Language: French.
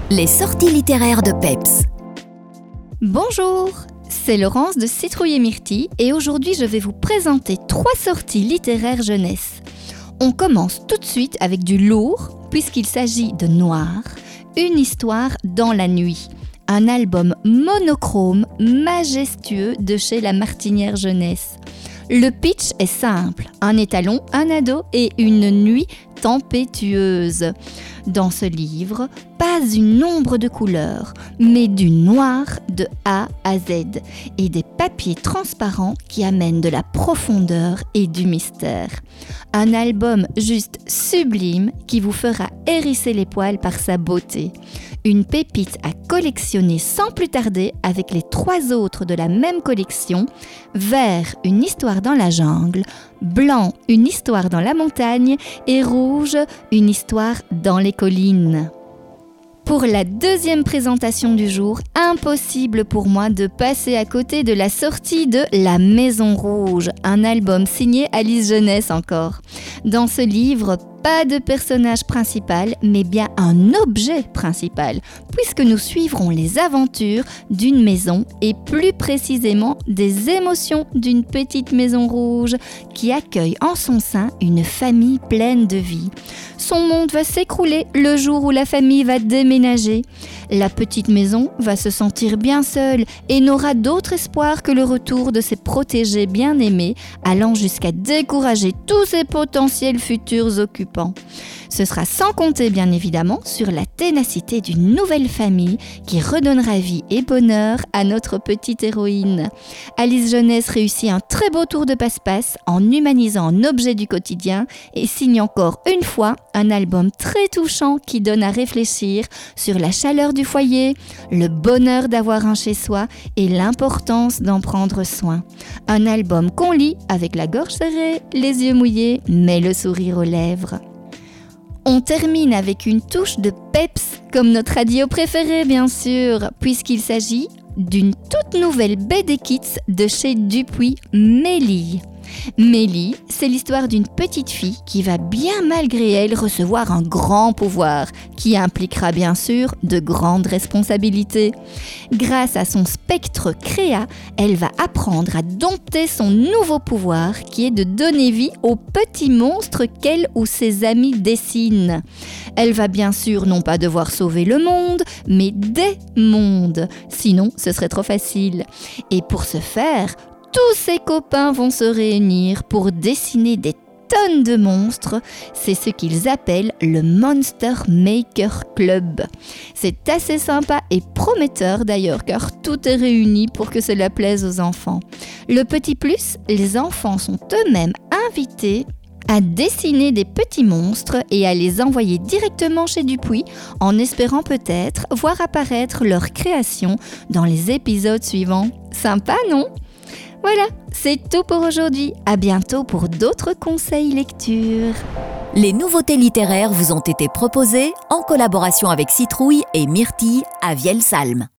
Les sorties littéraires de Peps. Bonjour, c'est Laurence de Citrouille et Myrtille et aujourd'hui je vais vous présenter 3 sorties littéraires jeunesse. On commence tout de suite avec du lourd puisqu'il s'agit de Noir, une histoire dans la nuit. Un album monochrome majestueux de chez La Martinière Jeunesse. Le pitch est simple, un étalon, un ado et une nuit tempétueuse. Dans ce livre, pas une ombre de couleur, mais du noir de A à Z et des papiers transparents qui amènent de la profondeur et du mystère. Un album juste sublime qui vous fera hérisser les poils par sa beauté. Une pépite à collectionner sans plus tarder avec les 3 autres de la même collection. Vert, une histoire dans la jungle. Blanc, une histoire dans la montagne. Et rouge, une histoire dans les collines. Pour la 2e présentation du jour, impossible pour moi de passer à côté de la sortie de La Maison Rouge, un album signé Alice Jeunesse encore. Dans ce livre, pas de personnage principal, mais bien un objet principal, puisque nous suivrons les aventures d'une maison et plus précisément des émotions d'une petite maison rouge qui accueille en son sein une famille pleine de vie. Son monde va s'écrouler le jour où la famille va déménager. La petite maison va se sentir bien seule et n'aura d'autre espoir que le retour de ses protégés bien-aimés, allant jusqu'à décourager tous ses potentiels futurs occupants. Ce sera sans compter bien évidemment sur la ténacité d'une nouvelle famille qui redonnera vie et bonheur à notre petite héroïne. Alice Jeunesse réussit un très beau tour de passe-passe en humanisant un objet du quotidien et signe encore une fois un album très touchant qui donne à réfléchir sur la chaleur du foyer, le bonheur d'avoir un chez-soi et l'importance d'en prendre soin. Un album qu'on lit avec la gorge serrée, les yeux mouillés, mais le sourire aux lèvres. On termine avec une touche de peps, comme notre radio préféré bien sûr, puisqu'il s'agit d'une toute nouvelle BD Kids de chez Dupuis, Mélie. Mélie, c'est l'histoire d'une petite fille qui va bien malgré elle recevoir un grand pouvoir qui impliquera bien sûr de grandes responsabilités. Grâce à son spectre créa, elle va apprendre à dompter son nouveau pouvoir qui est de donner vie aux petits monstres qu'elle ou ses amis dessinent. Elle va bien sûr non pas devoir sauver le monde, mais des mondes, sinon ce serait trop facile. Et pour ce faire, tous ses copains vont se réunir pour dessiner des tonnes de monstres. C'est ce qu'ils appellent le Monster Maker Club. C'est assez sympa et prometteur d'ailleurs car tout est réuni pour que cela plaise aux enfants. Le petit plus, les enfants sont eux-mêmes invités à dessiner des petits monstres et à les envoyer directement chez Dupuis en espérant peut-être voir apparaître leur création dans les épisodes suivants. Sympa, non ? Voilà, c'est tout pour aujourd'hui. À bientôt pour d'autres conseils lecture. Les nouveautés littéraires vous ont été proposées en collaboration avec Citrouille et Myrtille à Vielsalm.